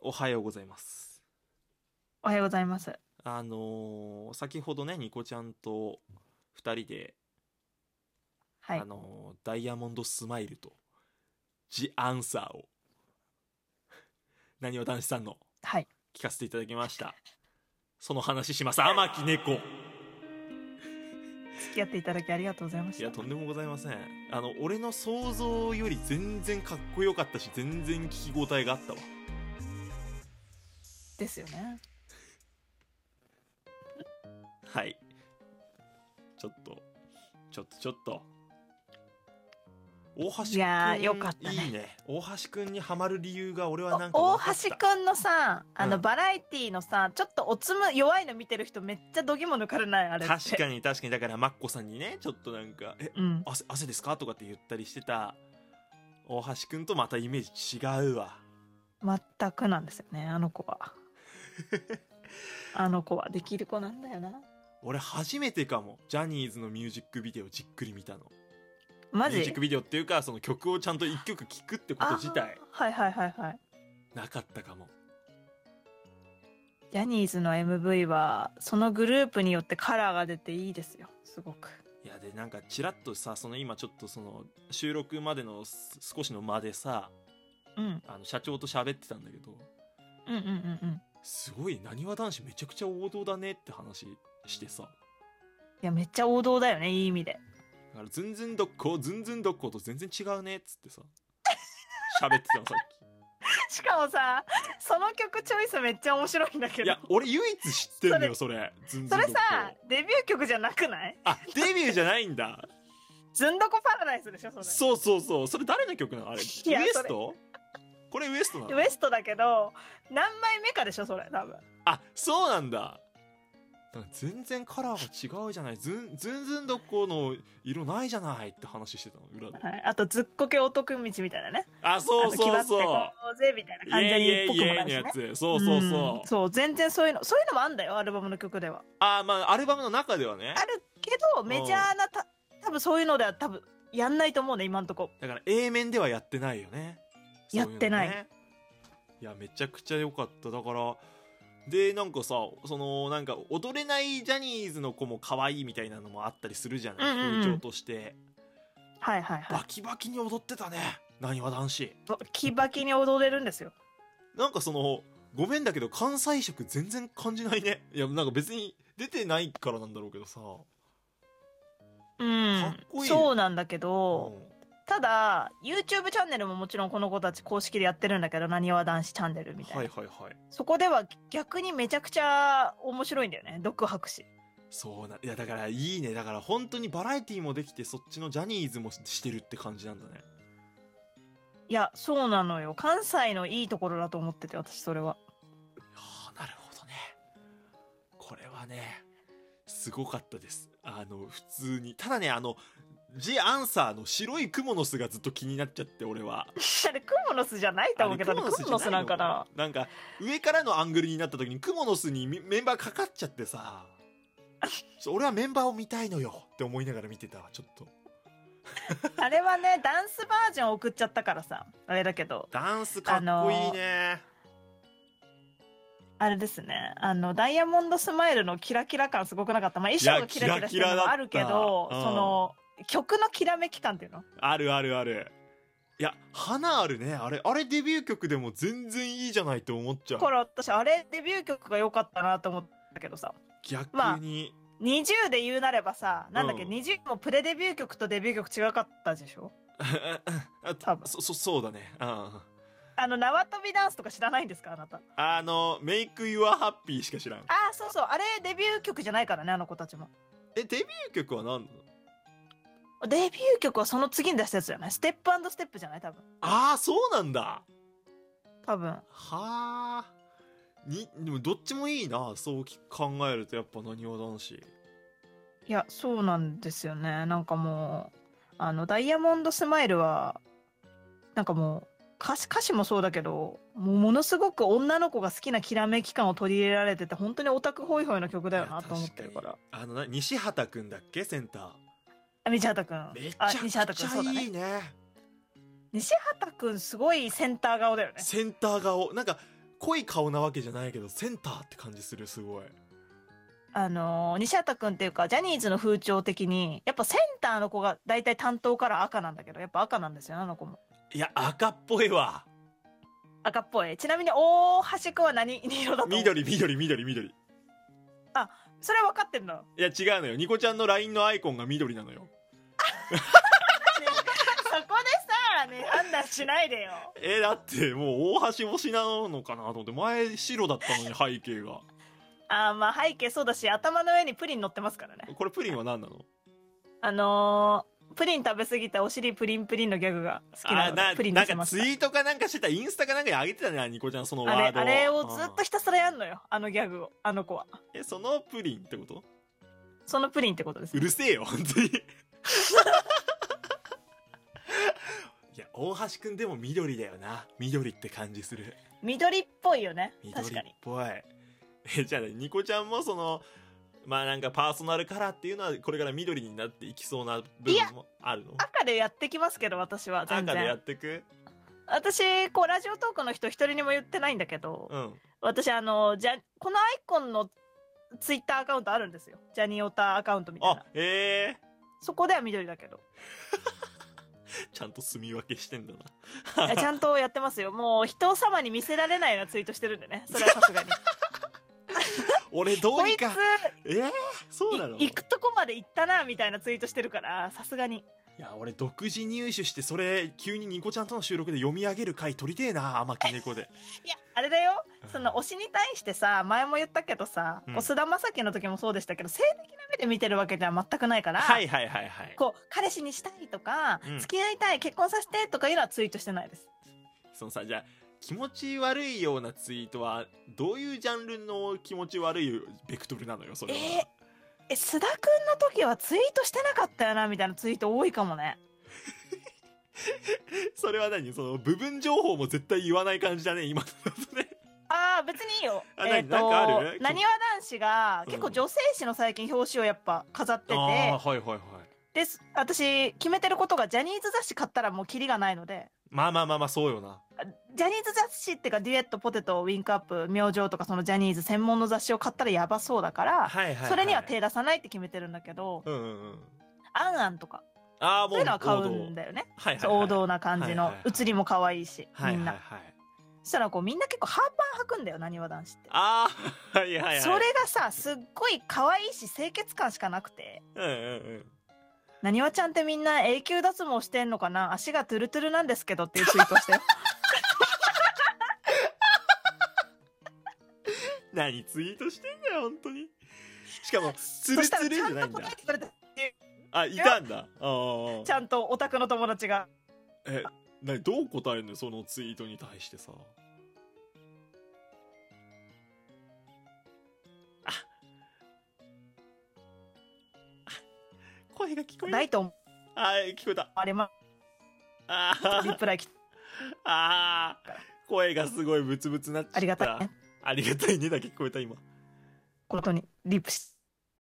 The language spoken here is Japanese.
おはようございます。 おはようございます。 先ほどね、ニコちゃんと2人で、 はい。 ダイヤモンドスマイルと、ジ・アンサーを、なにわ男子さんのはい。 聞かせていただきました。その話します。天木猫。 付き合っていただきありがとうございまいや、 した。 とんでもございません。俺の想像より全然かっこよかったし、全然聞き応えがあったわ。 ですよね。 はい。ちょっと。大橋くん、 いやー、よかったね。 いいね。大橋くんにハマる理由が俺はなんか大分かった。 橋くんのさ、 うん、 バラエティのさ、ちょっとおつむ弱いの見てる人めっちゃ度肝抜かれないあれって。 確かにだからマッコさんにねちょっとなんかうん。 汗ですかとかって言ったりしてた大橋くんとまたイメージ違うわ。 全くなんですよね、あの子は。あの子はできる子なんだよな。 俺初めてかもジャニーズのミュージックビデオじっくり見たの。 マジ？ ミュージックビデオっていうかその曲をちゃんと一曲聴くってこと自体はいはいはいはい。 なかったかも。 ジャニーズの MV は、そのグループによってカラーが出ていいですよ、すごく。 いやでなんかチラッとさその今ちょっとその収録までの少しの間でさうん。 社長と喋ってたんだけどうんうんうんうん。 すごいなにわ男子めちゃくちゃ王道だねって話してさいや、めっちゃ王道だよね、いい意味で。 だからズンズンどっこと全然違うねっつってさ喋ってたのさっしかもさ、その曲チョイスめっちゃ面白いんだけき。いど。 や俺唯一知ってんのよそれズンズそれンどっこ。 さ、デビュー曲じゃなくない？ あデビューじゃないんだ。 ずんどこパラダイスでしょ、それ。 そうそれ誰の曲なのあれ。ウエいや、 ストこれウエストなの。 ウエストだけど、何枚目かでしょ、それ、多分。 あそうなんだ。なんか全然カラーが違うじゃないズンズンどっこの色ないじゃないって話してたの裏で。 はい。あと、ずっこけお得道みたいなね。 あそうそう気張ってこそううぜ、みたいな感じにっぽくもなイエイのやいしね。 つそうそうそう。 そう、全然そういうのもあんだよ、アルバムの曲では。 まあアルバムの中ではね。 あるけど、メジャーな多分そういうのでは多分、やんないと思うね、今んとこ。 だから A 面ではやってないよね。 やってない。 そううのねいやめちゃくちゃ良かっただからでなんかさそのなんか踊れないジャニーズの子も可愛いみたいなのもあったりするじゃない、風潮としてはいはいはい。 バキバキに踊ってたねなにわ男子。 バキバキに踊れるんですよ。 なんかそのごめんだけど関西色全然感じないね。いやなんか別に出てないからなんだろうけどさうかっん、 こいい。 そうなんだけうど、 んただ、YouTube チャンネルももちろんこの子たち公式でやってるんだけど、なにわ男子チャンネルみたいな。 はいはいはい。 そこでは逆にめちゃくちゃ面白いんだよね。毒吐くし。 いやだからいいね。だから本当にバラエティもできてそっちのジャニーズもしてるって感じなんだね。 いや、そうなのよ。関西のいいところだと思ってて、私それは。 なるほどね。これはねすごかったです。普通にただねジ・アンサーの白いクモの巣がずっと気になっちゃって俺は。 あれ、クモの巣じゃないと思うけど、クモの巣なんかな。 なんか上からのアングルになった時にクモの巣にメンバーかかっちゃってさ俺はメンバーを見たいのよって思いながら見てたわちょっと。 あれはね、ダンスバージョン送っちゃったからさ、あれだけど。 ダンスかっこいいね。 あれですね。ダイヤモンドスマイルのキラキラ感すごくなかった。まあ、衣装がキラキラしてるのもあるけど、 うん、 その、曲のきらめき感っていうのあるあるある。いや花あるね。あれデビュー曲でも全然いいじゃないって思っちゃう。 だから私、あれデビュー曲が良かったなと思ったけどさ。 逆に。 まあ、20で言うなればさ、なんだっけ、 うん、 20もプレデビュー曲とデビュー曲違かったでしょ多分。 そうだね。 縄跳びダンスとか知らないんですかあなた。 メイクユアハッピーしか知らん。 そうそう。あれデビュー曲じゃないからね、あの子たちも。 デビュー曲は何なの？ デビュー曲はその次に出したやつじゃない？ステップ&ステップじゃない多分。 そうなんだ。 多分。 はあ。でもどっちもいいな。そう考えるとやっぱなにわ男子。 いや、そうなんですよね。なんかもう、ダイヤモンドスマイルは、なんかもう、歌詞もそうだけど、ものすごく女の子が好きなきらめき感を取り入れられてて、本当にオタクホイホイの曲だよなと思ってるから。 西畑くんだっけセンター。 西畑くん。 めちゃくちゃいいね。 西畑くんすごいセンター顔だよね。 センター顔。なんか濃い顔なわけじゃないけどセンターって感じする。すごい。 西畑くんっていうかジャニーズの風潮的にやっぱセンターの子が大体担当から赤なんだけど、やっぱ赤なんですよ、あの子も。 いや赤っぽいわ。 赤っぽい。ちなみに大橋くんは何色だと思う？ 緑緑緑緑。 それは分かってんの？ いや違うのよ、ニコちゃんの LINE のアイコンが緑なのよ。 そこでさね、判断しないでよ。 だってもう大橋推しなのかなと思って、前白だったのに背景が。 まあ背景そうだし、頭の上にプリン乗ってますからね。 これプリンは何なの？ プリン食べ過ぎたお尻プリンプリンのギャグが好きなのでプリンなんか乗せました。 ツイートかなんかしてた、インスタかなんかに上げてたね、ニコちゃんそのワードあれをずっとひたすらやんのよ、あのギャグを、あの子は。 そのプリンってこと？ そのプリンってことです。 うるせえよ本当に。いや大橋くんでも緑だよな。緑って感じする。 緑っぽいよね。確緑っかに。 ぽい。じゃあニコちゃんもそのまあなんかパーソナルカラーっていうのはこれから緑になっていきそうな部分もあるの？ 赤でやってきますけど、私は全然。 赤でやってく？ 私こうラジオトークの人一人にも言ってないんだけど、 うん。 私このアイコンのツイッターアカウントあるんですよ、ジャニオタアカウントみたいな。そこでは緑だけど。 ちゃんと住み分けしてんだいやちゃんとやってますよ。もう人様に見せられないようなツイートしてるんでね、それはさすがに。 俺どうこいつにかそうなの？ 行くとこまで行ったなみたいなツイートしてるから、さすがに。 いや俺独自入手してそれ急にニコちゃんとの収録で読み上げる回撮りてえな、天木猫で。 いやあれだよ、その推しに対してさ、前も言ったけどさ、 うんこう菅田将暉の時もそうでしたけど、性的な目で見てるわけじゃ全くないから、 はいはいはいはい。 こう彼氏にしたいとか、 うん付き合いたい、結婚させてとかいうのはツイートしてないです。 そのさ、じゃあ気持ち悪いようなツイートはどういうジャンルの気持ち悪いベクトルなのよそれは。 須田くんの時はツイートしてなかったよなみたいなツイート多いかもね。 それは何？その部分情報も絶対言わない感じだね今のそれ。 別にいいよ。 なんかある？ なにわ男子が結構女性誌の最近表紙をやっぱ飾ってて、 はいはいはい。 で私決めてることが、ジャニーズ雑誌買ったらもうキリがないので、 まあそうよな。 ジャニーズ雑誌っていうか、デュエット、ポテト、ウィンクアップ、明星とかそのジャニーズ専門の雑誌を買ったらやばそうだから、 はいはいはい、 それには手出さないって決めてるんだけど、アンアンとかもうそういうのは買うんだよね。 はいはいはい、 そう王道な感じの、 はいはいはい、 写りも可愛いし、みんな、 はいはいはい、 そしたらこうみんな結構ハーパン履くんだよ、なにわ男子って。 はいはいはい、 それがさすっごい可愛いし清潔感しかなくて、なにわちゃんってみんな永久脱毛してんのかな、足がトゥルトゥルなんですけどっていうツイートしてよ。 何ツイートしてんだよ本当に。しかもツルツルじゃないんだ。いたんだ。 ちゃんとオタクの友達が。 どう答えるのそのツイートに対してさ。声が聞こえない。 聞こえた。 あれリプライ来た。声がすごいブツブツなっちゃった。 ありがたいね。 ありがたいねだけ聞こえた今。 ことにリプし